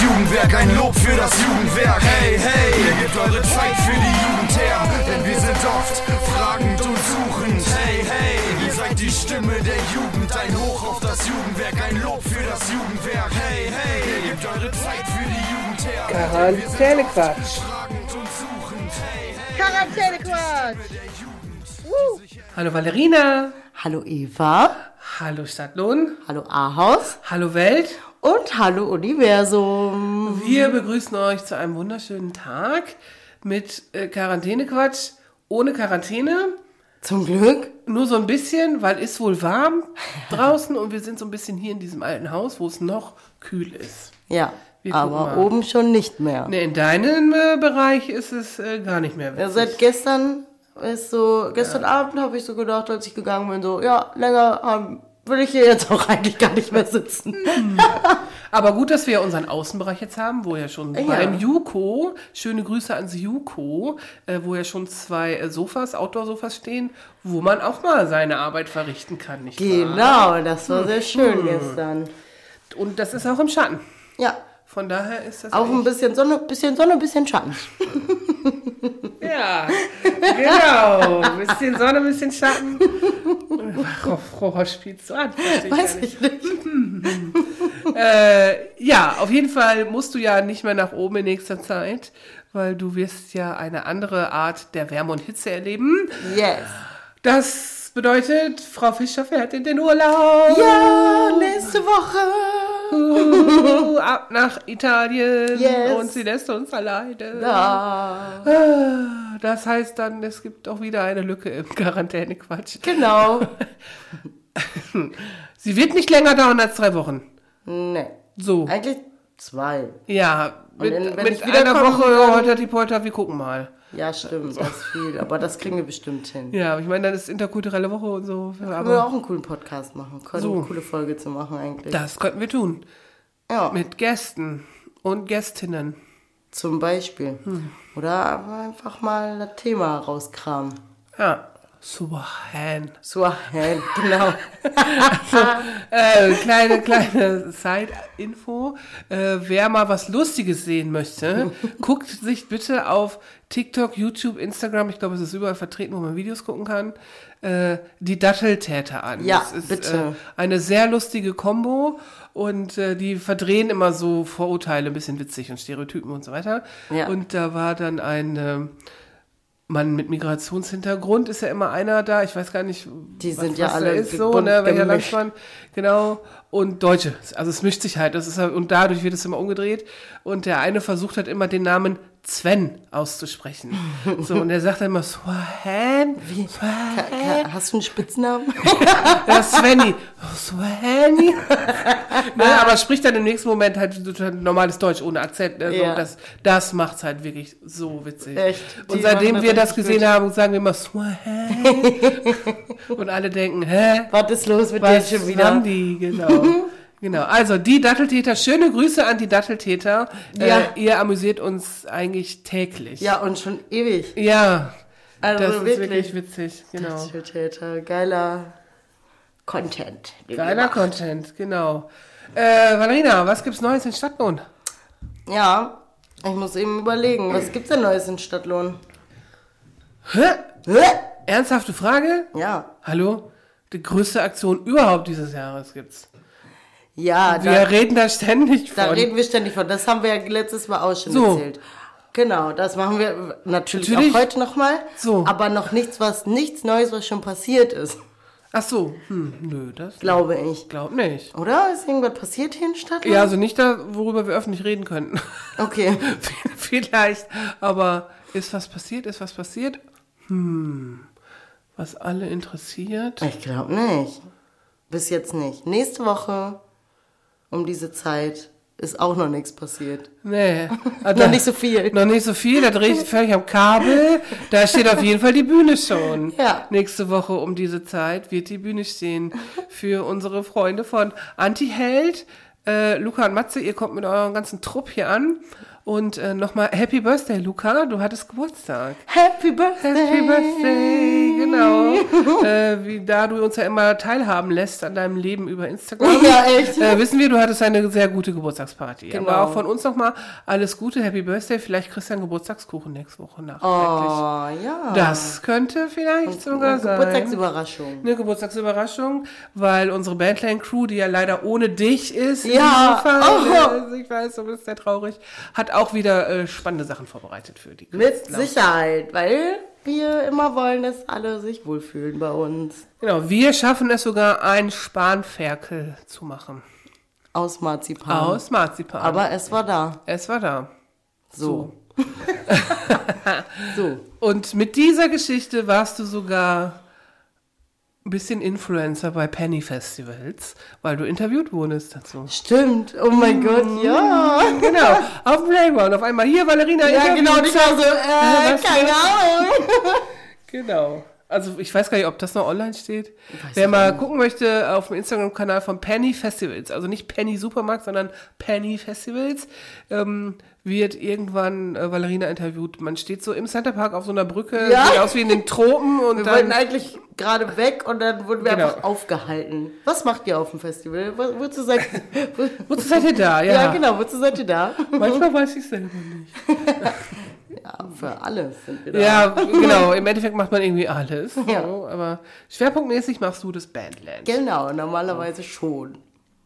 Jugendwerk, ein Lob für das Jugendwerk. Hey, hey, ihr gebt eure Zeit für die Jugend her, denn wir sind oft fragend und suchend. Hey, hey, ihr seid die Stimme der Jugend, ein Hoch auf das Jugendwerk, ein Lob für das Jugendwerk. Hey, hey, ihr gebt eure Zeit für die Jugend her. Quarantänequatsch. Quarantänequatsch. Hallo Valerina. Hallo Eva. Hallo Stadtlohn. Hallo Ahaus. Hallo Welt. Und hallo Universum. Wir begrüßen euch zu einem wunderschönen Tag mit Quarantänequatsch ohne Quarantäne. Zum Glück. Nur so ein bisschen, weil es wohl warm draußen und wir sind so ein bisschen hier in diesem alten Haus, wo es noch kühl ist. Ja, Wir aber gucken mal. oben schon nicht mehr. Ne, in deinem Bereich ist es gar nicht mehr Ja, witzig. seit gestern gestern Abend habe ich so gedacht, als ich gegangen bin, so, ja, länger will ich hier jetzt auch eigentlich gar nicht mehr sitzen. Aber gut, dass wir unseren Außenbereich jetzt haben, wo ja schon beim Juko, schöne Grüße ans Juko, wo ja schon 2 Sofas, Outdoor-Sofas stehen, wo man auch mal seine Arbeit verrichten kann, nicht wahr? Genau, das war sehr schön gestern. Und das ist auch im Schatten. Ja, Von daher ist das auch ein bisschen Sonne, bisschen Schatten. Ja, genau. Ein bisschen Sonne, ein bisschen Schatten. Worauf spielst du an? Weiß ich nicht. Ja, auf jeden Fall musst du ja nicht mehr nach oben in nächster Zeit, weil du wirst ja eine andere Art der Wärme und Hitze erleben. Yes. Das bedeutet, Frau Fischer fährt in den Urlaub. Ja, nächste Woche. Ab nach Italien. Yes. Und sie lässt uns alleine. Ja. Das heißt dann, es gibt auch wieder eine Lücke im Quarantänequatsch. Genau. Sie wird nicht länger dauern als 3 Wochen. Nee. So. Eigentlich 2. Ja, mit wenn ich einer wiederkomme, Woche dann- holter die Polter, wir gucken mal. Ja, stimmt, das ist viel. Aber das kriegen wir bestimmt hin. Ja, ich meine, dann ist interkulturelle Woche und so. Können wir Aber auch einen coolen Podcast machen. Können So. eine coole Folge zu machen eigentlich. das könnten wir tun. Ja, Mit Gästen und Gästinnen. zum Beispiel. Oder einfach mal das Thema rauskramen. Ja. Suhan. So, genau. Kleine Side-Info. Wer mal was Lustiges sehen möchte, guckt sich bitte auf TikTok, YouTube, Instagram, ich glaube, es ist überall vertreten, wo man Videos gucken kann, die Datteltäter an. Ja, das ist bitte. Eine sehr lustige Kombo und die verdrehen immer so Vorurteile, ein bisschen witzig und Stereotypen und so weiter. Ja. Und da war dann ein Mann mit Migrationshintergrund, ist ja immer einer da, ich weiß gar nicht, Die sind ja da alle ist so, bunt ne, welcher gemischt. Landsmann, genau, und Deutsche, also es mischt sich halt, das ist halt, und dadurch wird es immer umgedreht und der eine versucht halt immer den Namen Sven auszusprechen, so, und er sagt dann immer Swan, Wie? Hast du einen Spitznamen? ja, Svenny, Svenny, ne, aber spricht dann im nächsten Moment halt total normales Deutsch, ohne Akzent, ne, Ja. so, das macht's halt wirklich so witzig. Echt? Und Die seitdem machen wir das richtig gesehen gut. haben, sagen wir immer Swan. Und alle denken, hä? Was ist los mit dir Was schon wieder? haben die? Genau. Genau. Also die Datteltäter, schöne Grüße an die Datteltäter. Ja. Ihr amüsiert uns eigentlich täglich. Ja, und schon ewig. Ja, Also das ist wirklich. wirklich witzig. Genau. Täter, geiler Content. den Geiler ihr macht. Content, genau. Valerina, was gibt's Neues in Stadtlohn? Ja, ich muss eben überlegen, was gibt's denn Neues in Stadtlohn? Hä? Ernsthafte Frage? Ja. Hallo? Die größte Aktion überhaupt dieses Jahres gibt's. Ja, Wir reden da ständig da von. reden wir ständig von. Das haben wir ja letztes Mal auch schon So. erzählt. Genau, das machen wir natürlich Natürlich. auch heute nochmal. So. Aber noch nichts Neues, was schon passiert ist. Ach so, nö, das Glaube ich. glaub nicht. Oder? Ist irgendwas passiert hier in Stadtlohn? Ja, also nicht da, worüber wir öffentlich reden könnten. Okay. Vielleicht, aber ist was passiert? Was alle interessiert? Ich glaube nicht. Bis jetzt nicht. Nächste Woche um diese Zeit ist auch noch nichts passiert. Nee. Noch nicht so viel. Noch nicht so viel, da drehe ich völlig am Kabel. Da steht auf jeden Fall die Bühne schon. Ja. Nächste Woche um diese Zeit wird die Bühne stehen für unsere Freunde von Antiheld. Luca und Matze, ihr kommt mit eurem ganzen Trupp hier an Und nochmal Happy Birthday, Luca, du hattest Geburtstag. Happy Birthday! Happy Birthday, genau. Da du uns ja immer teilhaben lässt an deinem Leben über Instagram. Ja, echt. Wissen wir, du hattest eine sehr gute Geburtstagsparty. Genau. Aber auch von uns nochmal alles Gute, Happy Birthday. Vielleicht kriegst du einen Geburtstagskuchen nächste Woche nachträglich. Oh, ja. Das könnte vielleicht sogar sein. Geburtstagsüberraschung. Eine Geburtstagsüberraschung, weil unsere Bandline-Crew, die ja leider ohne dich ist, Ja. in diesem Fall, ich weiß, du bist sehr traurig, hat auch wieder spannende Sachen vorbereitet für die Mit Künstler. Sicherheit, weil wir immer wollen, dass alle sich wohlfühlen bei uns. Genau, wir schaffen es sogar, ein Spanferkel zu machen. Aus Marzipan. Aus Marzipan. Aber es war da. Es war da. So. So. Und mit dieser Geschichte warst du sogar ein bisschen Influencer bei Penny Festivals, weil du interviewt wurdest dazu. Stimmt. Oh mein Gott, ja. Genau, auf dem Playground. Auf einmal hier, Valerina. Ja, genau. Und ich war so, was keine Ahnung. Genau. Also ich weiß gar nicht, ob das noch online steht. Wer mal gucken möchte, auf dem Instagram-Kanal von Penny Festivals, also nicht Penny Supermarkt, sondern Penny Festivals, wird irgendwann Valerina interviewt. Man steht so im Centerpark auf so einer Brücke, Ja. sieht aus wie in den Tropen. Und Wir dann wollten eigentlich gerade weg und dann wurden wir Genau. einfach aufgehalten. Was macht ihr auf dem Festival? Wozu seid wozu seid ihr da? Ja, Ja, genau. Wozu seid ihr da? Manchmal weiß ich selber nicht. Ja, für alles sind wir da. Ja, genau. Im Endeffekt macht man irgendwie alles. Ja. So, aber schwerpunktmäßig machst du das Bandland. Genau, normalerweise schon.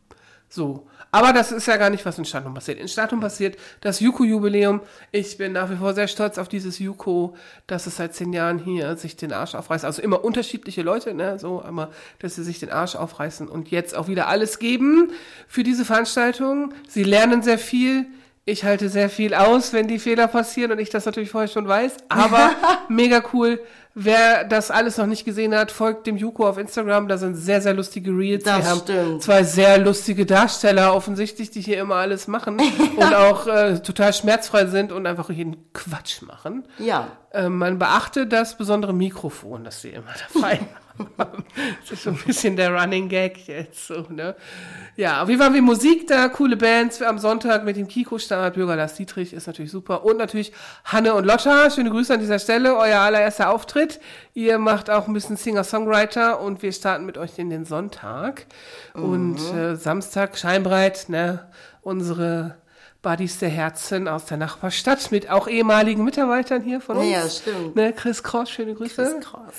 So. Aber das ist ja gar nicht, was in Stadtlohn passiert. In Stadtlohn passiert das Juko-Jubiläum. Ich bin nach wie vor sehr stolz auf dieses Juko, dass es seit 10 Jahren hier sich den Arsch aufreißt. Also immer unterschiedliche Leute, ne, so, aber dass sie sich den Arsch aufreißen und jetzt auch wieder alles geben für diese Veranstaltung. Sie lernen sehr viel. Ich halte sehr viel aus, wenn die Fehler passieren und ich das natürlich vorher schon weiß. Aber mega cool. Wer das alles noch nicht gesehen hat, folgt dem Juko auf Instagram. Da sind sehr, sehr lustige Reels. Das Wir haben stimmt. 2 sehr lustige Darsteller offensichtlich, die hier immer alles machen und auch total schmerzfrei sind und einfach jeden Quatsch machen. Ja. Man beachte das besondere Mikrofon, das sie immer dabei haben. Das ist so ein bisschen der Running Gag jetzt so, ne? Ja, auf jeden Fall haben wir Musik da, coole Bands. Am Sonntag mit dem Kiko-Start, Bürger Lars Dietrich ist natürlich super. Und natürlich Hanne und Lotta, schöne Grüße an dieser Stelle, euer allererster Auftritt. Ihr macht auch ein bisschen Singer-Songwriter und wir starten mit euch in den Sonntag. Und Samstag Scheinbreit, ne? Unsere Buddies der Herzen aus der Nachbarstadt mit auch ehemaligen Mitarbeitern hier von uns. Ja, stimmt. Ne, Chris Cross, schöne Grüße. Das ist krass.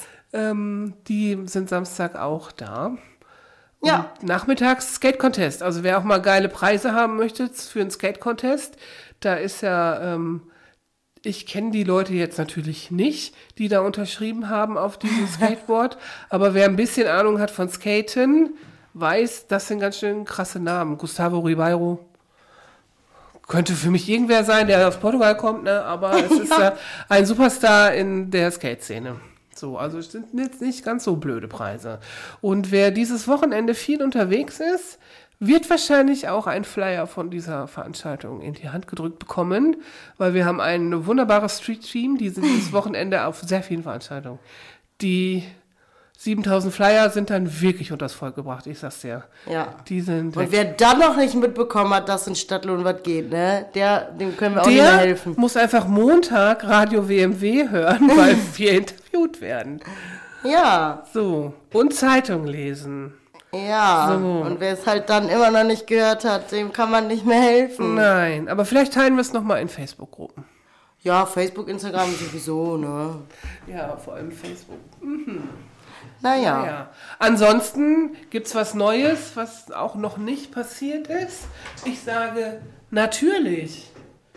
Die sind Samstag auch da. Ja. Und nachmittags Skate Contest. Also wer auch mal geile Preise haben möchte für einen Skate Contest, da ist ja, ich kenne die Leute jetzt natürlich nicht, die da unterschrieben haben auf diesem Skateboard. Aber wer ein bisschen Ahnung hat von Skaten, weiß, das sind ganz schön krasse Namen. Gustavo Ribeiro. Könnte für mich irgendwer sein, der aus Portugal kommt, ne? Aber es ist ein Superstar in der Skate-Szene. So, also es sind jetzt nicht ganz so blöde Preise. Und wer dieses Wochenende viel unterwegs ist, wird wahrscheinlich auch einen Flyer von dieser Veranstaltung in die Hand gedrückt bekommen, weil wir haben ein wunderbares Street-Team, die sind dieses Wochenende auf sehr vielen Veranstaltungen. Die 7000 Flyer sind dann wirklich unters Volk gebracht, ich sag's dir. Ja. Die sind Und wer dann noch nicht mitbekommen hat, dass in Stadtlohn was geht, ne, dem können wir auch nicht mehr der helfen. muss einfach Montag Radio WMW hören, weil wir interviewt werden. Ja, So, und Zeitung lesen. ja. So. Und wer es halt dann immer noch nicht gehört hat, dem kann man nicht mehr helfen. Nein, aber vielleicht teilen wir es nochmal in Facebook-Gruppen. Ja, Facebook, Instagram sowieso, ne. Ja, vor allem Facebook. Naja. Ja. Ansonsten gibt's was Neues, was auch noch nicht passiert ist. Ich sage natürlich.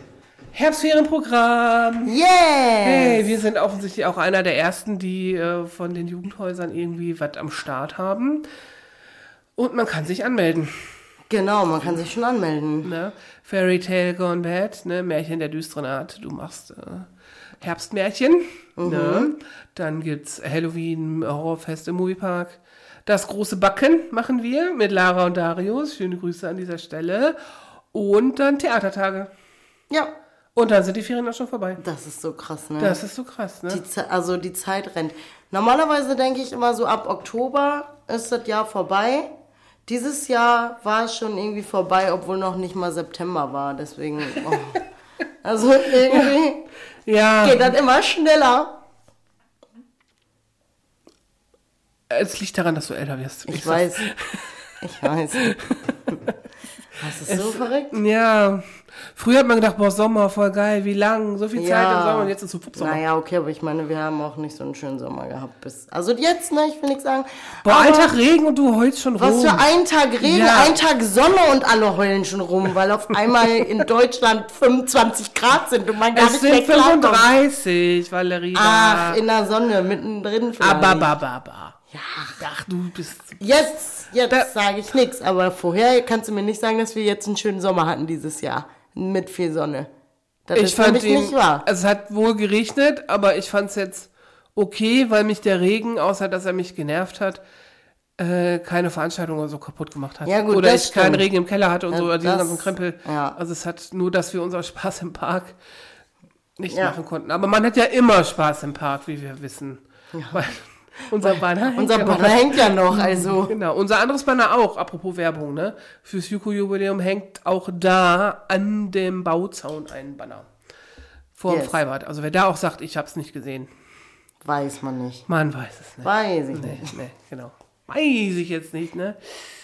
Herbstferienprogramm. Yes! Hey, wir sind offensichtlich auch einer der ersten, die von den Jugendhäusern irgendwie was am Start haben. Und man kann sich anmelden. Genau, man kann sich schon anmelden. Ne? Fairy Tale Gone Bad, ne? Märchen der düsteren Art. Du machst Herbstmärchen. Ne? Dann gibt's Halloween, Horrorfest im Moviepark. Das große Backen machen wir mit Lara und Darius. Schöne Grüße an dieser Stelle. Und dann Theatertage. Ja, Und dann sind die Ferien auch schon vorbei. das ist so krass, ne. Das ist so krass, ne? Die Zeit rennt. Normalerweise denke ich immer so, ab Oktober ist das Jahr vorbei. Dieses Jahr war es schon irgendwie vorbei, obwohl noch nicht mal September war. Deswegen, Also irgendwie Ja, geht das immer schneller. es liegt daran, dass du älter wirst. Ich weiß. Das ist so verrückt. Ja, früher hat man gedacht, boah, Sommer, voll geil, wie lang, so viel Zeit im Sommer und jetzt ist so Sommer. Naja, okay, aber ich meine, wir haben auch nicht so einen schönen Sommer gehabt. Also jetzt, ne, ich will nichts sagen. Boah, aber ein Tag Regen und du heulst schon rum. was für ein Tag Regen, Ja. ein Tag Sonne und alle heulen schon rum, weil auf einmal in Deutschland 25 Grad sind und man gar Es nicht sind mehr klarkommt. 35, Valerina. Ach, in der Sonne, mittendrin vielleicht. Aber. Ja, ach, du bist... Jetzt Da- sage ich nichts, aber vorher kannst du mir nicht sagen, dass wir jetzt einen schönen Sommer hatten dieses Jahr. Mit viel Sonne. Das Ich ist fand nämlich nicht wahr. es hat wohl geregnet, aber ich fand es jetzt okay, weil mich der Regen, außer dass er mich genervt hat, keine Veranstaltung oder so kaputt gemacht hat. Ja, gut, oder das ich keinen stimmt. Regen im Keller hatte und so, oder diesen das- ganzen Krempel. ja. Also es hat nur, dass wir unser Spaß im Park nicht Ja. machen konnten. Aber man hat ja immer Spaß im Park, wie wir wissen. Weil unser Banner hängt Unser ja Banner noch. hängt ja noch, also. Genau, unser anderes Banner auch, apropos Werbung, ne? Fürs Juko-Jubiläum hängt auch da an dem Bauzaun ein Banner. Vor dem Yes. Freibad. Also wer da auch sagt, ich hab's nicht gesehen, Weiß man nicht. man weiß es nicht. Weiß ich nicht. Nee, genau. Weiß ich jetzt nicht, ne?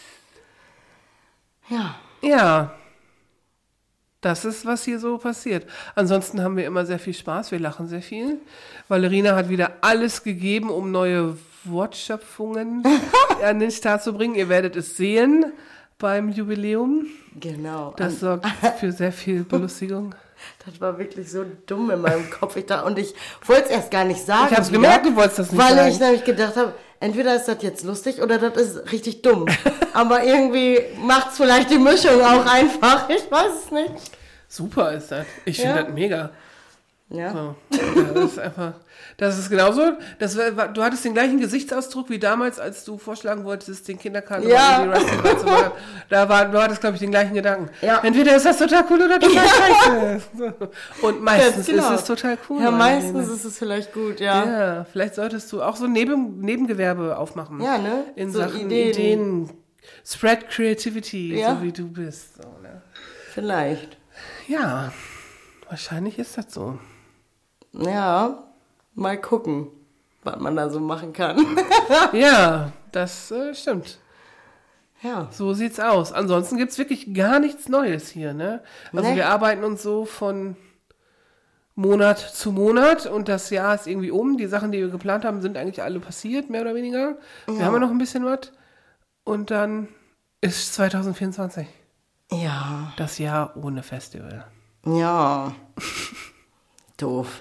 Ja. Ja. Das ist, was hier so passiert. Ansonsten haben wir immer sehr viel Spaß, wir lachen sehr viel. Valerina hat wieder alles gegeben, um neue Wortschöpfungen an den Start zu bringen. Ihr werdet es sehen beim Jubiläum. Genau. Das sorgt für sehr viel Belustigung. Das war wirklich so dumm in meinem Kopf. Ich wollte es erst gar nicht sagen. Ich hab's wieder, gemerkt, du wolltest das nicht weil sagen. ich nämlich gedacht habe, entweder ist das jetzt lustig oder das ist richtig dumm. Aber irgendwie macht es vielleicht die Mischung auch einfach. Ich weiß es nicht. Super ist das. Ich finde Ja. das mega. Ja. So. Ja, das ist einfach, das ist genauso. Du hattest den gleichen Gesichtsausdruck wie damals, als du vorschlagen wolltest, den Kinderkarneval Ja. in die Wrestling zu machen. Du hattest, glaube ich, den gleichen Gedanken. Ja. Entweder ist das total cool oder total scheiße. So. Und meistens Ganz genau. ist es total cool. Ja, Marlene. meistens ist es vielleicht gut, ja. Ja, vielleicht solltest du auch so ein Nebengewerbe aufmachen. Ja, ne? In So Sachen Ideen. Ideen. Spread Creativity, Ja. so wie du bist. So, ne? Vielleicht. Ja, wahrscheinlich ist das so. Ja, mal gucken, was man da so machen kann. Ja, das stimmt. Ja. So sieht's aus. Ansonsten gibt's wirklich gar nichts Neues hier, ne? Also Nee. wir arbeiten uns so von Monat zu Monat und das Jahr ist irgendwie um. Die Sachen, die wir geplant haben, sind eigentlich alle passiert, mehr oder weniger. Wir haben ja noch ein bisschen was. Und dann ist 2024 Ja. das Jahr ohne Festival. Ja. Doof.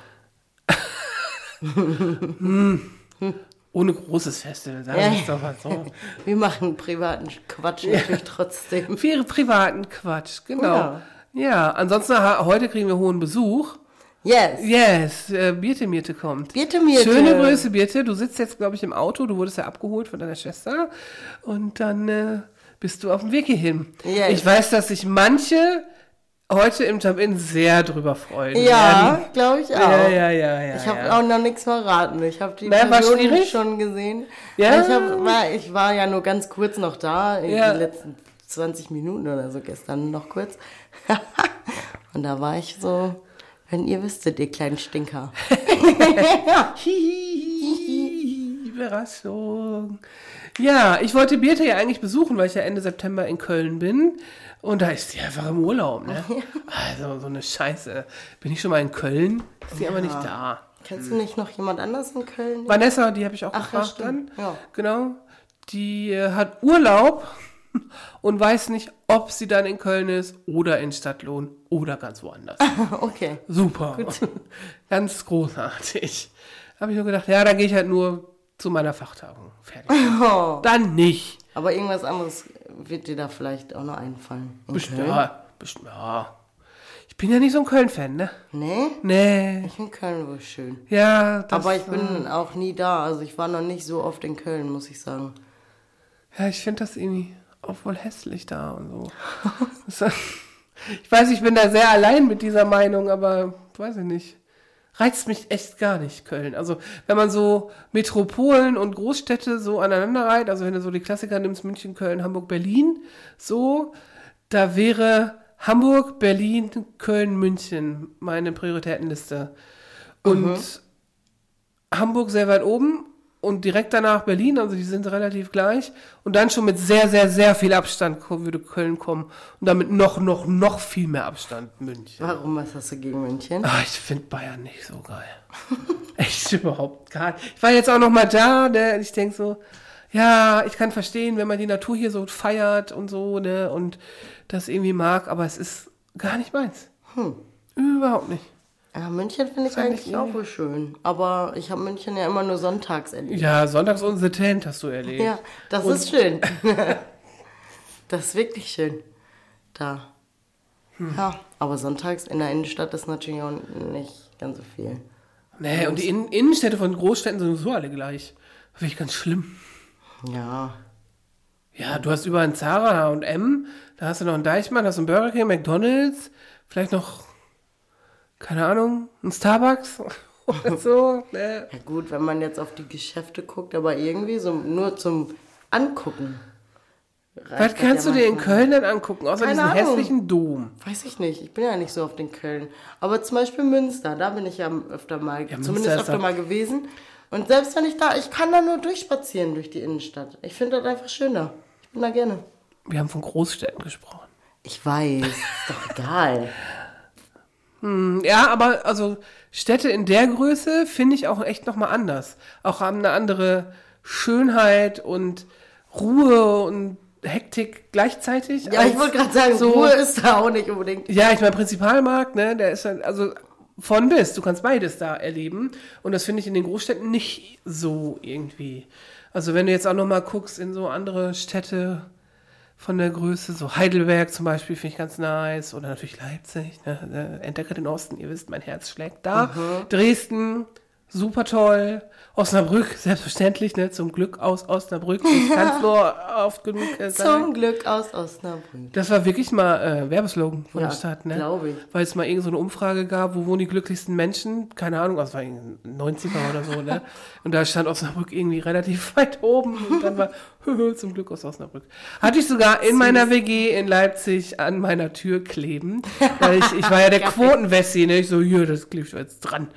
Ohne großes Festival, sagen Ja. wir es doch mal so. Wir machen privaten Quatsch natürlich trotzdem. Für ihre privaten Quatsch, genau. Ja. Ja, ansonsten heute kriegen wir hohen Besuch. Yes. Yes, Birte Mirte kommt. Birte Mirte. Schöne Grüße, Birte. Du sitzt jetzt, glaube ich, im Auto. Du wurdest ja abgeholt von deiner Schwester. Und dann bist du auf dem Weg hierhin. Yes. Ich weiß, dass sich manche heute im Jump-In sehr drüber freuen. Ja, glaube ich auch. Ja. Ich habe auch noch nichts verraten. Ich habe die Na, war Person schwierig? schon gesehen. Ja? Ich war ja nur ganz kurz noch da, in Ja. die letzten 20 Minuten oder so, gestern noch kurz. Und da war ich so, wenn ihr wüsstet, ihr kleinen Stinker. Überraschung. Ja, ich wollte Birte ja eigentlich besuchen, weil ich ja Ende September in Köln bin. Und da ist sie einfach im Urlaub, ne? Also so eine Scheiße. Bin ich schon mal in Köln? Ist sie aber nicht da. Kennst du nicht noch jemand anders in Köln? Vanessa, die habe ich auch Ach, ja, gefragt dann. stimmt. Ja. Genau. Die hat Urlaub und weiß nicht, ob sie dann in Köln ist oder in Stadtlohn oder ganz woanders. Okay. Super. Ganz großartig. Habe ich nur gedacht, ja, dann gehe ich halt nur zu meiner Fachtagung. Fertig. Oh. Dann nicht. Aber irgendwas anderes wird dir da vielleicht auch noch einfallen. In Köln? Ja. Ich bin ja nicht so ein Köln-Fan, ne? Nee? Nee. Ich finde Köln wohl schön. Ja, das, Aber ich bin auch nie da. Also ich war noch nicht so oft in Köln, muss ich sagen. Ja, ich finde das irgendwie auch wohl hässlich da und so. Ich weiß, ich bin da sehr allein mit dieser Meinung, aber weiß ich nicht. Reizt mich echt gar nicht, Köln. Also, wenn man so Metropolen und Großstädte so aneinander reiht, also wenn du so die Klassiker nimmst, München, Köln, Hamburg, Berlin, so, da wäre Hamburg, Berlin, Köln, München, meine Prioritätenliste. Und Hamburg sehr weit oben und direkt danach Berlin, also die sind relativ gleich. Und dann schon mit sehr, sehr, sehr viel Abstand würde Köln kommen. Und damit noch viel mehr Abstand München. Warum, was hast du gegen München? Ah, ich finde Bayern nicht so geil. Echt überhaupt gar nicht. Ich war jetzt auch noch mal da, ne? Ich denke so, ja, ich kann verstehen, wenn man die Natur hier so feiert und so, ne? Und das irgendwie mag, aber es ist gar nicht meins. Überhaupt nicht. Ja, München finde ich eigentlich auch wohl schön. Aber ich habe München ja immer nur sonntags erlebt. Ja, sonntags und The Tent hast du erlebt. Ja, das ist schön. Das ist wirklich schön. Da. Ja, aber sonntags in der Innenstadt ist natürlich auch nicht ganz so viel. Nee, und die Innenstädte von Großstädten sind so alle gleich. Das finde ich ganz schlimm. Ja. Ja, du hast überall einen Zara und M, da hast du noch einen Deichmann, da hast du einen Burger King, McDonald's, vielleicht noch, keine Ahnung, ein Starbucks oder so. Ne? Ja gut, wenn man jetzt auf die Geschäfte guckt, aber irgendwie so nur zum Angucken. Was kannst du dir in Köln denn angucken, außer Keine diesen Ahnung. hässlichen Dom? Weiß ich nicht, ich bin ja nicht so oft in Köln. Aber zum Beispiel Münster, da bin ich ja öfter mal, Ja, zumindest Münster ist öfter doch- mal gewesen. Und selbst wenn ich ich kann da nur durchspazieren durch die Innenstadt. Ich finde das einfach schöner. Ich bin da gerne. Wir haben von Großstädten gesprochen. Ich weiß, ist doch egal. Ja, aber also Städte in der Größe finde ich auch echt nochmal anders. Auch haben eine andere Schönheit und Ruhe und Hektik gleichzeitig. Ja, ich wollte gerade sagen, so- Ruhe ist da auch nicht unbedingt. Ja, ich meine, Prinzipalmarkt, ne, der ist dann, also von bis, du kannst beides da erleben. Und das finde ich in den Großstädten nicht so irgendwie. Also wenn du jetzt auch nochmal guckst in so andere Städte von der Größe, so Heidelberg zum Beispiel finde ich ganz nice. Oder natürlich Leipzig, ne, entdecke den Osten, ihr wisst, mein Herz schlägt da. Dresden, super toll. Osnabrück, selbstverständlich, ne, zum Glück aus Osnabrück. Ich kann es nur oft genug Zum sagen. Glück aus Osnabrück. Das war wirklich mal Werbeslogan von Ja, der Stadt, ne? glaube ich. Weil es mal irgend so eine Umfrage gab, wo wohnen die glücklichsten Menschen? Keine Ahnung, das war in den 90er oder so, ne? Und da stand Osnabrück irgendwie relativ weit oben und dann war zum Glück aus Osnabrück. Hatte ich sogar in meiner WG in Leipzig an meiner Tür kleben, weil ich war ja der Quotenwessi, ne? Ich so, hier, das klebe ich jetzt dran.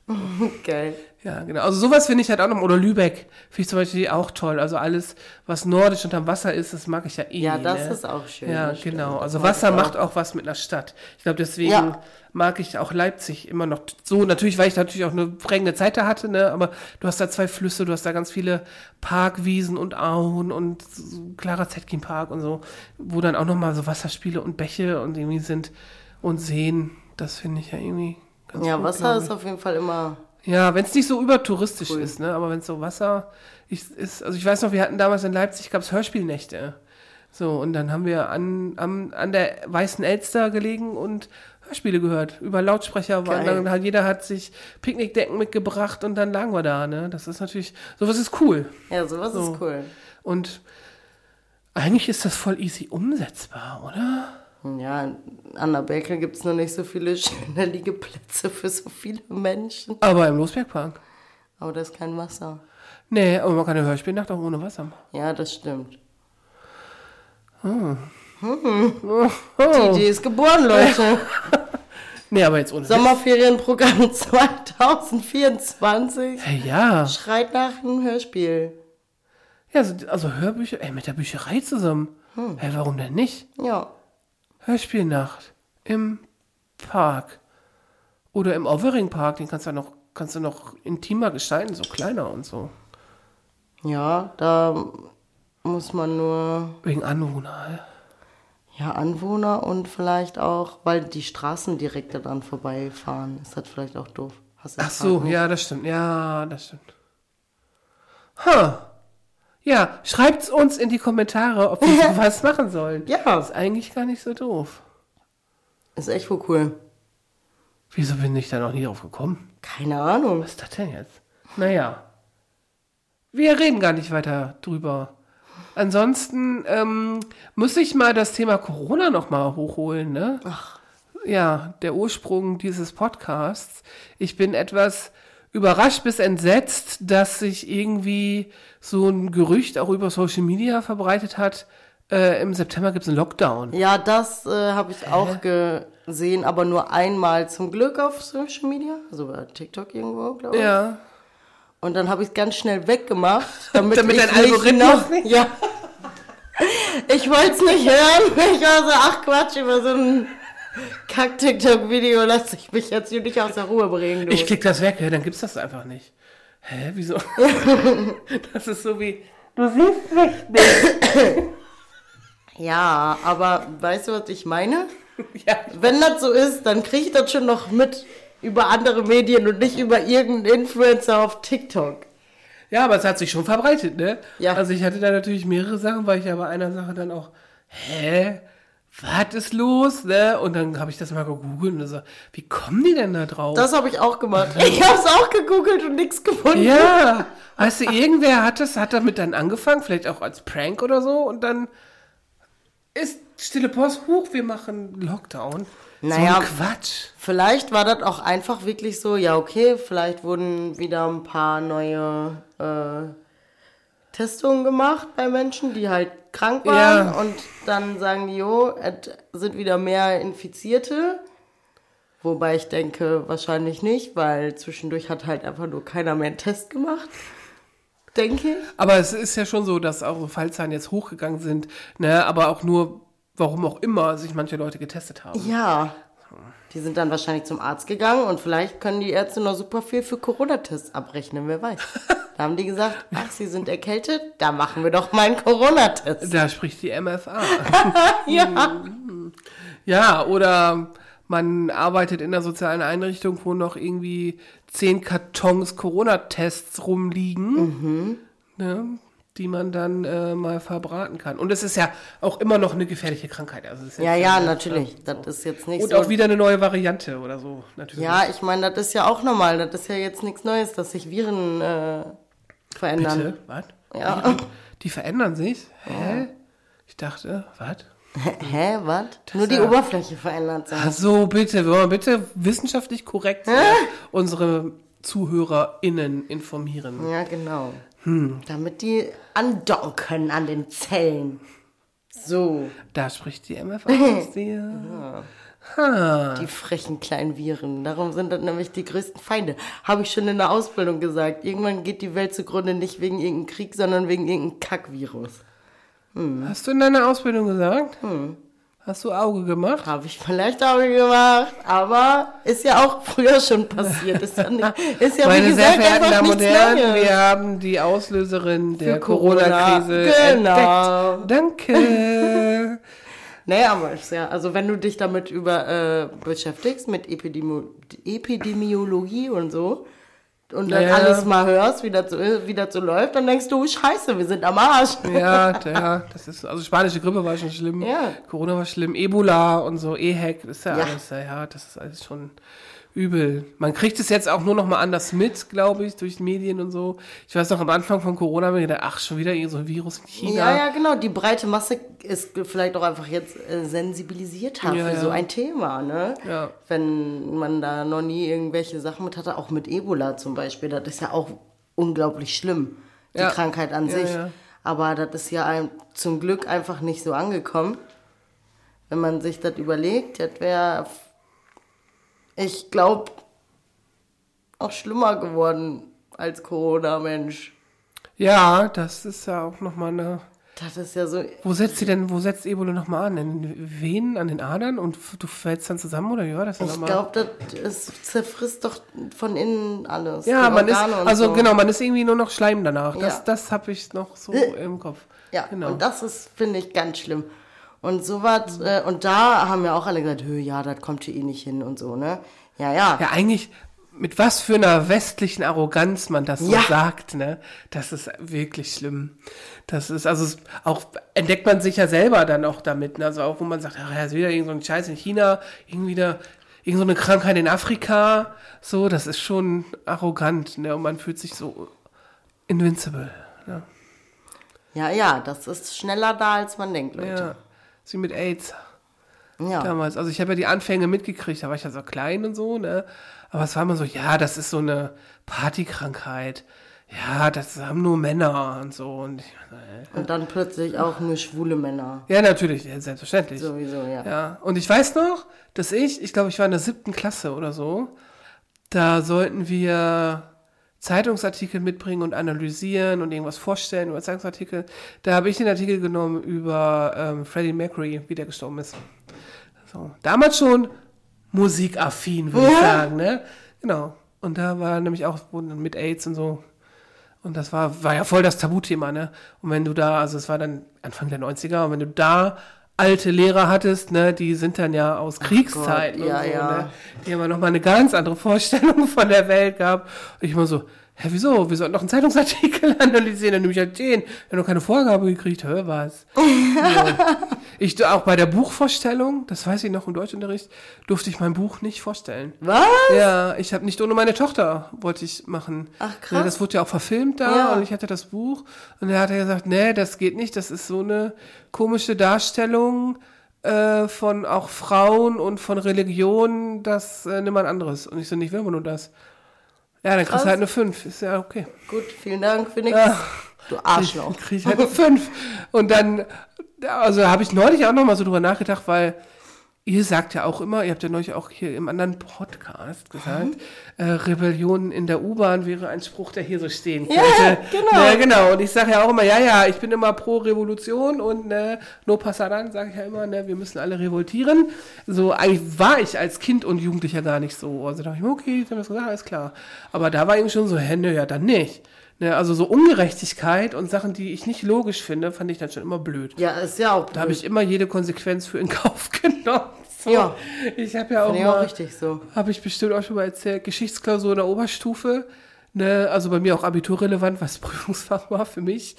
Geil. Ja, genau. Also sowas finde ich halt auch noch, oder Lübeck finde ich zum Beispiel auch toll. Also alles, was nordisch unterm Wasser ist, das mag ich ja eh. Ja, das ne? ist auch schön. Ja, das stimmt. genau. Das Also mag Wasser ich auch. macht auch was mit einer Stadt. Ich glaube, deswegen Ja. mag ich auch Leipzig immer noch so. Natürlich, weil ich natürlich auch eine prägende Zeit da hatte, ne? Aber du hast da 2 Flüsse, du hast da ganz viele Parkwiesen und Auen und so Clara Zetkin Park und so, wo dann auch nochmal so Wasserspiele und Bäche und irgendwie sind und Seen. Das finde ich ja irgendwie ganz Ja, gut, Wasser glaub ist auf jeden Fall immer. ja, wenn es nicht so übertouristisch Cool. ist, ne? Aber wenn es so Wasser ist, also ich weiß noch, wir hatten damals in Leipzig, gab es Hörspielnächte. So, und dann haben wir an der Weißen Elster gelegen und Hörspiele gehört. Über Lautsprecher waren Geil. dann halt, jeder hat sich Picknickdecken mitgebracht und dann lagen wir da, ne? Das ist natürlich, sowas ist cool. Ja, sowas So. ist cool. Und eigentlich ist das voll easy umsetzbar, oder? Ja, in Annaberkel gibt es noch nicht so viele schöne Liegeplätze für so viele Menschen. Aber im Losbergpark. Aber da ist kein Wasser. Nee, aber man kann eine Hörspielnacht auch ohne Wasser machen. Ja, das stimmt. Oh. Die Idee ist geboren, Leute. Nee, aber jetzt ohne Witz. Sommerferienprogramm 2024 Hey, ja. schreit nach einem Hörspiel. Ja, also Hörbücher, mit der Bücherei zusammen. Hey, warum denn nicht? Ja. Hörspielnacht im Park oder im Overing-Park, den kannst du noch intimer gestalten, so kleiner und so. Ja, da muss man nur Wegen Anwohner. Anwohner und vielleicht auch, weil die Straßen direkt daran vorbeifahren, ist das vielleicht auch doof. Hast du Ach das so, Park nicht? ja, das stimmt. Ja, das stimmt. Ja, schreibt's uns in die Kommentare, ob wir sowas machen sollen. Ja. Ist eigentlich gar nicht so doof. Ist echt wohl cool. Wieso bin ich da noch nie drauf gekommen? Keine Ahnung. Was ist das denn jetzt? Naja. Wir reden gar nicht weiter drüber. Ansonsten muss ich mal das Thema Corona noch mal hochholen, ne? Ach. Ja, der Ursprung dieses Podcasts. Ich bin etwas überrascht bis entsetzt, dass sich irgendwie so ein Gerücht auch über Social Media verbreitet hat. Im September gibt es einen Lockdown. Ja, das habe ich auch gesehen, aber nur einmal zum Glück auf Social Media, also bei TikTok irgendwo, glaube ich. Ja. Und dann habe ich es ganz schnell weggemacht, damit Damit ich dein Algorithmus nicht... Ja. Ich wollte es nicht hören. Ich war so, ach Quatsch, über so ein Kack-TikTok-Video lasse ich mich jetzt hier nicht aus der Ruhe bringen. Du. Ich klicke das weg, dann gibt's das einfach nicht. Hä, wieso? Das ist so wie, du siehst mich nicht. Ja, aber weißt du, was ich meine? Ja. Wenn das so ist, dann kriege ich das schon noch mit über andere Medien und nicht über irgendeinen Influencer auf TikTok. Ja, aber es hat sich schon verbreitet, ne? Ja. Also ich hatte da natürlich mehrere Sachen, weil ich ja bei einer Sache dann auch, was ist los, ne? Und dann habe ich das mal gegoogelt und so, wie kommen die denn da drauf? Das habe ich auch gemacht. Ich habe es auch gegoogelt und nichts gefunden. Ja, weißt du, irgendwer hat damit dann angefangen, vielleicht auch als Prank oder so, und dann ist stille Post, wir machen Lockdown. Naja, so ein Quatsch. Vielleicht war das auch einfach wirklich so, ja okay, vielleicht wurden wieder ein paar neue Testungen gemacht bei Menschen, die halt krank waren. Ja. Und dann sagen die, es sind wieder mehr Infizierte. Wobei ich denke, wahrscheinlich nicht, weil zwischendurch hat halt einfach nur keiner mehr einen Test gemacht. Denke ich. Aber es ist ja schon so, dass auch so Fallzahlen jetzt hochgegangen sind, ne? Aber auch nur, warum auch immer, sich manche Leute getestet haben. Ja, die sind dann wahrscheinlich zum Arzt gegangen und vielleicht können die Ärzte noch super viel für Corona-Tests abrechnen, wer weiß. Da haben die gesagt, ach, sie sind erkältet, da machen wir doch mal einen Corona-Test. Da spricht die MFA. Ja. Ja, oder man arbeitet in einer sozialen Einrichtung, wo noch irgendwie 10 Kartons Corona-Tests rumliegen, ne, die man dann mal verbraten kann. Und es ist ja auch immer noch eine gefährliche Krankheit. Also es ist Ja, natürlich. Das ist jetzt nicht und so. auch wieder eine neue Variante oder so, natürlich. Ja, ich meine, das ist ja auch normal. Das ist ja jetzt nichts Neues, dass sich Viren verändern. Bitte? Was? Ja. Die verändern sich? Hä? Ich dachte, was? Hä, was? Nur die ja- Oberfläche verändert sich. Ach so, bitte, wollen wir bitte wissenschaftlich korrekt unsere ZuhörerInnen informieren. Ja, genau. Damit die andocken können an den Zellen. So. Da spricht die MFA aus dir. Die frechen kleinen Viren. Darum sind das nämlich die größten Feinde. Habe ich schon in der Ausbildung gesagt. Irgendwann geht die Welt zugrunde nicht wegen irgendeinem Krieg, sondern wegen irgendeinem Kackvirus. Hast du in deiner Ausbildung gesagt? Hast du Auge gemacht? Habe ich vielleicht auch gemacht, aber ist ja auch früher schon passiert. Ist ja, nicht, ist ja Meine wie sehr gesagt verehrten einfach Damen und nichts Herren, Neues. wir haben die Auslöserin der Für Corona. Corona-Krise Genau. entdeckt. Danke. Naja, aber ist ja, also wenn du dich damit beschäftigst, mit Epidemiologie und so, und dann Ja. alles mal hörst, wie das so läuft, dann denkst du, scheiße, wir sind am Arsch. Ja, das ist, also spanische Grippe war schon schlimm, Ja. Corona war schlimm, Ebola und so, EHEC, das ist ja, Ja. alles, ja, das ist alles schon übel. Man kriegt es jetzt auch nur noch mal anders mit, glaube ich, durch Medien und so. Ich weiß noch, am Anfang von Corona habe ich gedacht, ach, schon wieder irgend so ein Virus in China. Ja, genau, die breite Masse ist vielleicht auch einfach jetzt sensibilisiert für Ja. so ein Thema, ne? Ja. Wenn man da noch nie irgendwelche Sachen mit hatte, auch mit Ebola zum Beispiel, das ist ja auch unglaublich schlimm, die Ja. Krankheit an Ja, sich. ja. Aber das ist ja zum Glück einfach nicht so angekommen. Wenn man sich das überlegt, das wäre, ich glaube, auch schlimmer geworden als Corona, Mensch. Ja, das ist ja auch noch mal eine... Das ist ja so, Wo setzt Ebola noch mal an? In den Venen, an den Adern und du fällst dann zusammen, oder? Ja, das ist ich noch mal... glaube, das zerfrisst doch von innen alles. Ja, die man ist, Organe und also so. genau, man ist irgendwie nur noch Schleim danach. Ja. Das habe ich noch so im Kopf. Ja, genau. und das ist, finde ich, ganz schlimm. Und sowas, und da haben ja auch alle gesagt, ja, das kommt hier eh nicht hin und so, ne? Ja. Ja, eigentlich, mit was für einer westlichen Arroganz man das so Ja. sagt, ne? Das ist wirklich schlimm. Das ist, also auch entdeckt man sich ja selber dann auch damit, ne? Also auch, wo man sagt, ach ja, ist wieder irgend so ein Scheiß in China, irgend so eine Krankheit in Afrika, so, das ist schon arrogant, ne? Und man fühlt sich so invincible, ne? Ja, das ist schneller da, als man denkt, Ja, Leute. wie mit AIDS. Ja. Damals. Also ich habe ja die Anfänge mitgekriegt, da war ich ja so klein und so, ne? Aber es war immer so, ja, das ist so eine Partykrankheit. ja, das haben nur Männer und so. Und Und dann plötzlich auch nur schwule Männer. ja, natürlich, ja, selbstverständlich. Sowieso, ja. Ja, und ich weiß noch, dass ich glaube, ich war in der 7. Klasse oder so, da sollten wir Zeitungsartikel mitbringen und analysieren und irgendwas vorstellen über Zeitungsartikel. Da habe ich den Artikel genommen über Freddie Mercury, wie der gestorben ist. So. Damals schon musikaffin, würde ich sagen, ne? Genau. Und da war nämlich auch mit AIDS und so. Und das war ja voll das Tabuthema, ne? Und wenn du da, also es war dann Anfang der 90er, und wenn du da alte Lehrer hattest, ne, die sind dann ja aus Kriegszeiten Gott, ja, und so, ja. ne? Die haben ja nochmal eine ganz andere Vorstellung von der Welt gehabt. Und ich immer so, hä, wieso? Wir sollten noch einen Zeitungsartikel analysieren, dann nehme ich halt den. Wir haben noch keine Vorgabe gekriegt, hör was. So. Ich auch bei der Buchvorstellung, das weiß ich noch im Deutschunterricht, durfte ich mein Buch nicht vorstellen. Was? Ja, ich habe nicht ohne meine Tochter, wollte ich machen. Ach, krass. Ja, das wurde ja auch verfilmt da Ja. und ich hatte das Buch und er hat ja gesagt, nee, das geht nicht, das ist so eine komische Darstellung von auch Frauen und von Religionen, das nimm mal ein anderes. Und ich so, nicht will man nur das. Ja, dann kriegst Krass. du halt eine 5, ist ja okay. Gut, vielen Dank für nichts. Ja. Du Arschloch. Krieg ich halt eine 5. Und dann, also habe ich neulich auch noch mal so drüber nachgedacht, weil ihr sagt ja auch immer, ihr habt ja neulich auch hier im anderen Podcast gesagt, Rebellion in der U-Bahn wäre ein Spruch, der hier so stehen könnte. Ja, genau. Ja, genau. Und ich sage ja auch immer, ja, ich bin immer pro Revolution und no pasaran, sage ich ja immer, ne, wir müssen alle revoltieren. So, eigentlich war ich als Kind und Jugendlicher gar nicht so. Also dachte ich mir, okay, ich habe das gesagt, alles klar. Aber da war irgendwie schon so, nö, ja, dann nicht. Ne, also so Ungerechtigkeit und Sachen, die ich nicht logisch finde, fand ich dann schon immer blöd. Ja, ist ja auch Da habe ich immer jede Konsequenz für in Kauf genommen. So. Ja. Ich habe ja auch Finde ich auch mal, richtig so. habe ich bestimmt auch schon mal erzählt, Geschichtsklausur in der Oberstufe, ne, also bei mir auch abiturrelevant, was Prüfungsfach war für mich.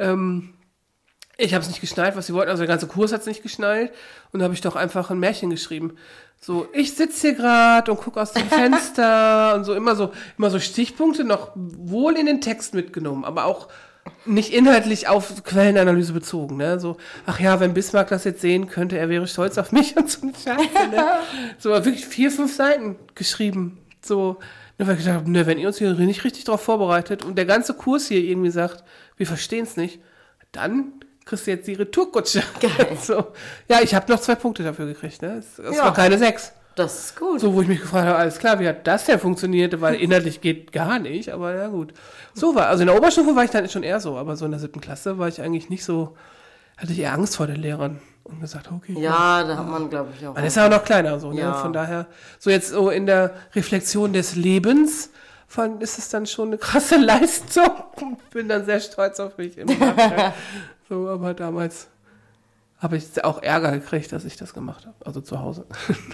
Ich habe es nicht geschnallt, was sie wollten, also der ganze Kurs hat es nicht geschnallt und da habe ich doch einfach ein Märchen geschrieben. So, ich sitze hier gerade und gucke aus dem Fenster und so immer so Stichpunkte noch wohl in den Text mitgenommen, aber auch nicht inhaltlich auf Quellenanalyse bezogen, ne? So, ach ja, wenn Bismarck das jetzt sehen könnte, er wäre stolz auf mich und so eine Scheiße, ne? So, wirklich 4, 5 Seiten geschrieben. So, ne, weil ich gedacht habe, ne, wenn ihr uns hier nicht richtig drauf vorbereitet und der ganze Kurs hier irgendwie sagt, wir verstehen es nicht, dann kriegst du jetzt die Retourkutsche. Geil. So. Ja, ich habe noch 2 Punkte dafür gekriegt, ne? Es Ja. war keine 6. Das ist gut. So, wo ich mich gefragt habe, alles klar, wie hat das denn funktioniert? Weil inhaltlich geht gar nicht, aber ja gut. So war, also in der Oberstufe war ich dann schon eher so, aber so in der 7. Klasse war ich eigentlich nicht so, hatte ich eher Angst vor den Lehrern und gesagt, okay. Ja, da hat man, glaube ich, auch. Man ist ja auch noch kleiner, so, ne? Ja. Von daher, so jetzt so in der Reflexion des Lebens, ist es dann schon eine krasse Leistung. Bin dann sehr stolz auf mich im Nachgang. So, aber damals habe ich auch Ärger gekriegt, dass ich das gemacht habe, also zu Hause.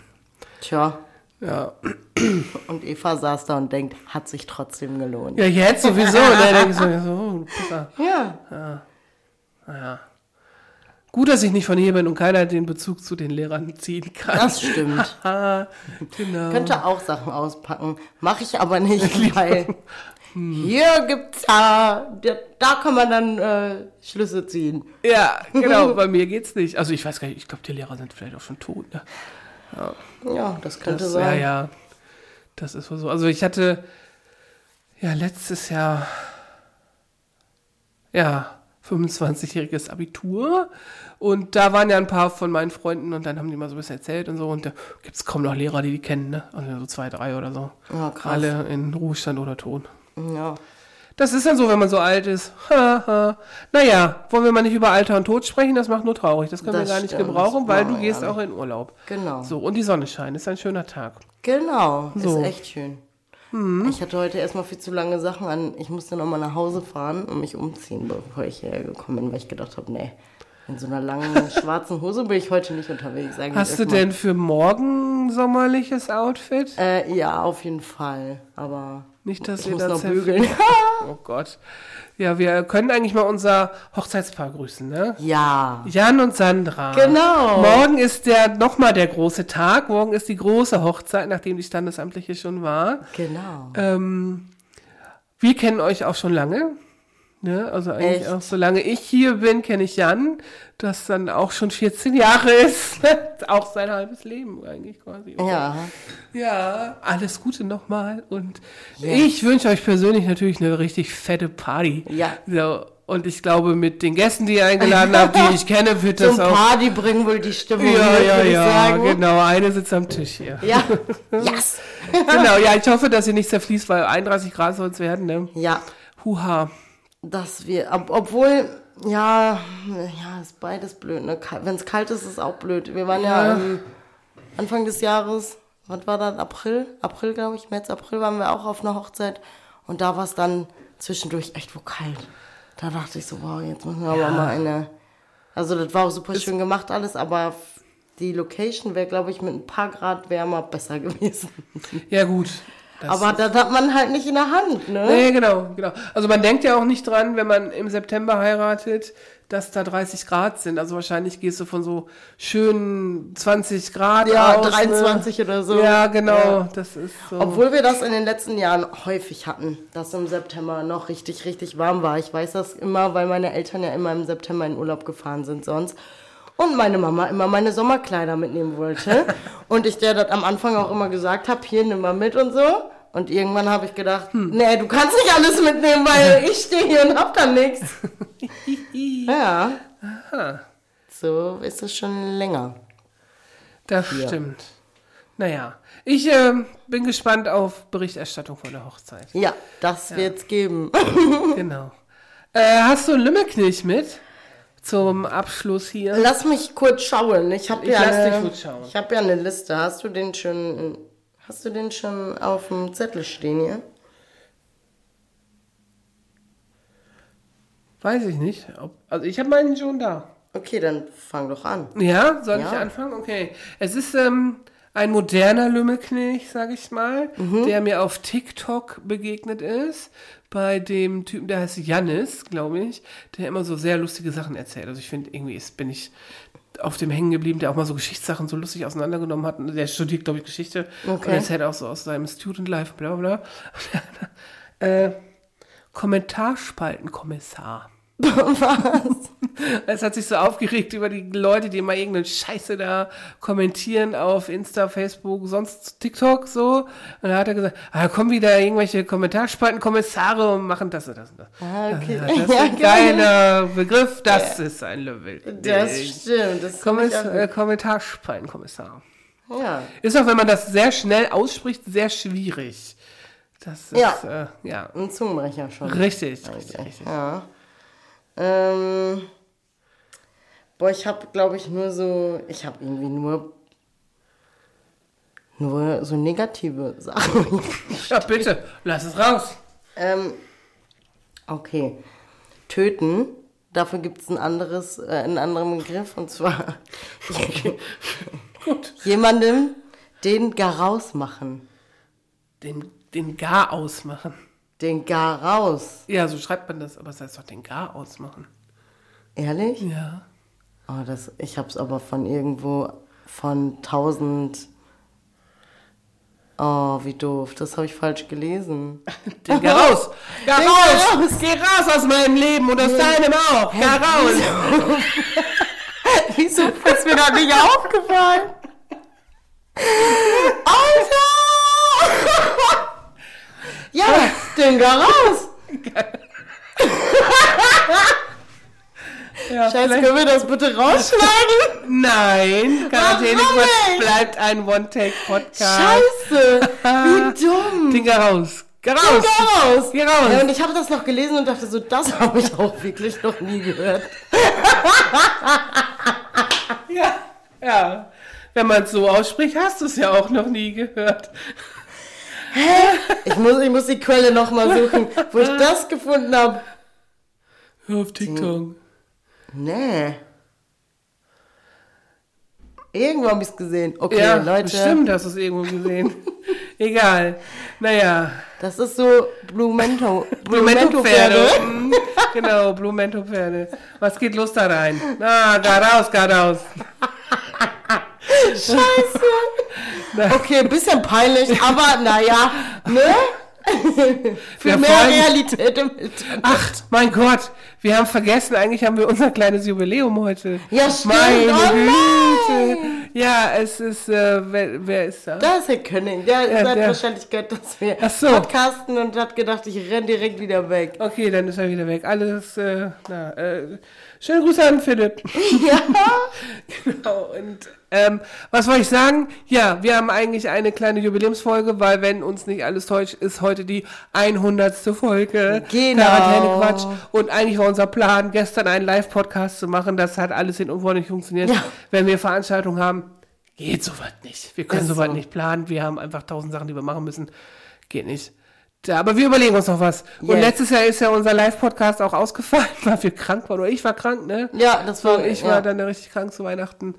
Tja. Ja. Und Eva saß da und denkt, hat sich trotzdem gelohnt. Ja, jetzt sowieso, ne? Denke ich so, oh, Pisser. Ja. Naja. Gut, dass ich nicht von hier bin und keiner den Bezug zu den Lehrern ziehen kann. Das stimmt. Genau. Könnte auch Sachen auspacken. Mache ich aber nicht, weil hier gibt's da kann man dann Schlüsse ziehen. Ja, genau, bei mir geht's nicht. Also ich weiß gar nicht, ich glaube, die Lehrer sind vielleicht auch schon tot, ne? Ja, das könnte Das, sein. ja, das ist wohl so. Also ich hatte ja letztes Jahr 25-jähriges Abitur und da waren ja ein paar von meinen Freunden und dann haben die mal so ein bisschen erzählt und so und da gibt's kaum noch Lehrer, die kennen, ne? Also so 2, 3 oder so. Ja, krass. Alle in Ruhestand oder tot. Ja. Das ist dann so, wenn man so alt ist. Naja, wollen wir mal nicht über Alter und Tod sprechen, das macht nur traurig. Das können Das wir gar nicht stimmt, gebrauchen, das weil machen du wir gehst gar auch in Urlaub. Genau. So, und die Sonne scheint, ist ein schöner Tag. Genau, So. ist echt schön. Ich hatte heute erstmal viel zu lange Sachen an. Ich musste nochmal nach Hause fahren und mich umziehen, bevor ich hierher gekommen bin, weil ich gedacht habe, nee, in so einer langen schwarzen Hose bin ich heute nicht unterwegs. Eigentlich Hast du erstmal- denn für morgen sommerliches Outfit? Ja, auf jeden Fall. Aber Nicht, dass ich ihr muss da noch zerfällt. bügeln. Oh Gott. Ja, wir können eigentlich mal unser Hochzeitspaar grüßen, ne? Ja. Jan und Sandra. Genau. Morgen ist nochmal der große Tag. Morgen ist die große Hochzeit, nachdem die standesamtliche schon war. Genau. Wir kennen euch auch schon lange. Ne? Also eigentlich Echt? auch, solange ich hier bin, kenne ich Jan, das dann auch schon 14 Jahre ist. Auch sein halbes Leben eigentlich quasi. Ja. Ja, alles Gute nochmal. Und ich wünsche euch persönlich natürlich eine richtig fette Party. Ja. So, und ich glaube, mit den Gästen, die ihr eingeladen habt, die ich kenne, wird das Zum auch... Party bringen wohl die Stimmung Ja, mit, ja, würde ich ja, sagen. genau. Eine sitzt am Tisch hier. Ja, yes. Genau, ja, ich hoffe, dass ihr nicht zerfließt, weil 31 Grad soll es werden, ne? Ja, Huha. dass wir, obwohl, ja, ist beides blöd, ne? Wenn es kalt ist, ist es auch blöd. Wir waren ja Anfang des Jahres, was war das, April, glaube ich, März, April waren wir auch auf einer Hochzeit und da war es dann zwischendurch echt wo kalt. Da dachte ich so, wow, jetzt müssen wir aber mal also das war auch super schön gemacht alles, aber die Location wäre, glaube ich, mit ein paar Grad wärmer besser gewesen. Ja, gut. Aber das hat man halt nicht in der Hand, ne? Nee, genau. Also man denkt ja auch nicht dran, wenn man im September heiratet, dass da 30 Grad sind. Also wahrscheinlich gehst du von so schönen 20 Grad Ja, aus. 23 ne? oder so. Ja, genau. Ja. Das ist so. Obwohl wir das in den letzten Jahren häufig hatten, dass im September noch richtig, richtig warm war. Ich weiß das immer, weil meine Eltern ja immer im September in Urlaub gefahren sind sonst. Und meine Mama immer meine Sommerkleider mitnehmen wollte. Und ich der das am Anfang auch immer gesagt habe, hier, nimm mal mit und so. Und irgendwann habe ich gedacht, nee, du kannst nicht alles mitnehmen, weil ich stehe hier und hab dann nichts. Ja. Aha. So ist es schon länger. Das stimmt. Naja, ich bin gespannt auf Berichterstattung von der Hochzeit. Ja, das wird's geben. Genau. Hast du einen Lümmelknilch mit? Zum Abschluss hier. Lass mich kurz schauen. Ich lass dich kurz schauen. Ich habe ja eine Liste. Hast du den schon auf dem Zettel stehen hier? Weiß ich nicht. Also ich habe meinen schon da. Okay, dann fang doch an. Ja, soll ich Ja. anfangen? Okay. Es ist ein moderner Lümmelknilch, sag ich mal, der mir auf TikTok begegnet ist. Bei dem Typen, der heißt Jannis, glaube ich, der immer so sehr lustige Sachen erzählt. Also ich finde, irgendwie bin ich auf dem hängen geblieben, der auch mal so Geschichtssachen so lustig auseinandergenommen hat. Der studiert, glaube ich, Geschichte. Okay. Und erzählt auch so aus seinem Student Life, bla bla bla. Kommentarspaltenkommissar. Was? Es hat sich so aufgeregt über die Leute, die immer irgendeine Scheiße da kommentieren auf Insta, Facebook, sonst TikTok so. Und da hat er gesagt, kommen wieder irgendwelche Kommentarspaltenkommissare und machen das und das und das. Okay. Das ist ein geiler Begriff, das ist ein Level. Das stimmt. Das Kommentarspaltenkommissar. ja. Ist auch, wenn man das sehr schnell ausspricht, sehr schwierig. Das ist, ja. Ein Zungenbrecher schon. Richtig. Ja. Ich habe, glaube ich, nur so so negative Sachen. Ja, bitte, lass es raus. Okay. Töten. Dafür gibt es einen anderen Begriff, und zwar Gut. jemandem den Garaus machen. Den Gar ausmachen. Den Garaus. Ja, so schreibt man das, aber es heißt doch den Gar ausmachen. Ehrlich? Ja. Oh, ich hab's aber von 1000. Oh, wie doof. Das habe ich falsch gelesen. Den Gar raus! Gar raus! Geh raus aus meinem Leben und aus deinem auch! Gar raus! Wieso ist mir das nicht aufgefallen? Alter! Ja, den Garaus! Ja, Scheiße, vielleicht- können wir das bitte rausschneiden? Nein, Quarantäne nicht? bleibt ein One-Take-Podcast. Scheiße! Wie dumm! Den Gar raus! Gar Den raus! Garaus! Geh raus! Ja, und ich habe das noch gelesen und dachte so, das habe ich auch wirklich noch nie gehört. Ja. Wenn man es so ausspricht, hast du es ja auch noch nie gehört. Ich muss die Quelle nochmal suchen, wo ich das gefunden habe. Hör auf TikTok. Nee. Irgendwo habe ich es gesehen. Okay, Ja, Leute. bestimmt hast du es irgendwo gesehen. Egal. Naja. Das ist so Blumento-Pferde. Blumento-Pferde. Genau, Blumento-Pferde. Was geht los da rein? Gar raus, gar raus. Scheiße. Okay, ein bisschen peinlich, aber naja, ne? Für mehr Realität im Internet. Ach, mein Gott, wir haben vergessen, eigentlich haben wir unser kleines Jubiläum heute. Ja, stimmt. Meine Güte. Nein. Ja, es ist, wer ist da? Da ist Herr Könning. Der hat wahrscheinlich gehört, dass wir Ach so. podcasten und hat gedacht, ich renne direkt wieder weg. Okay, dann ist er wieder weg. Alles, schöne Grüße an Philipp. Ja. Genau, und was wollte ich sagen? Ja, wir haben eigentlich eine kleine Jubiläumsfolge, weil wenn uns nicht alles täuscht, ist heute die 100. Folge. Genau. Quarantäne-Quatsch. Und eigentlich war unser Plan, gestern einen Live-Podcast zu machen. Das hat alles in Unwohl nicht funktioniert. Ja. Wenn wir Veranstaltungen haben, geht sowas nicht. Wir können Ist sowas so. nicht planen. Wir haben einfach 1000 Sachen, die wir machen müssen. Geht nicht. Ja, aber wir überlegen uns noch was. Und Yes. letztes Jahr ist ja unser Live-Podcast auch ausgefallen, weil wir krank waren. Oder ich war krank, ne? Ja, das war... Ich war dann richtig krank zu Weihnachten.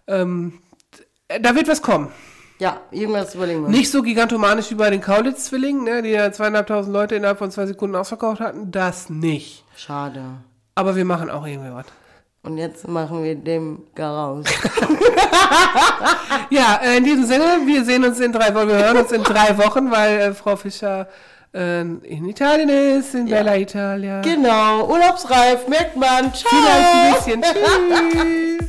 Da wird was kommen. Ja, irgendwas überlegen wir. Nicht so gigantomanisch wie bei den Kaulitz-Zwillingen, ne, die ja 2.500 Leute innerhalb von 2 Sekunden ausverkauft hatten. Das nicht. Schade. Aber wir machen auch irgendwie was. Und jetzt machen wir dem Garaus. Ja, in diesem Sinne, wir sehen uns in 3 Wochen. Wir hören uns in 3 Wochen, weil Frau Fischer in Italien ist, in Bella Italia. Genau, urlaubsreif, merkt man. Ciao. Vielleicht ein bisschen. Tschüss.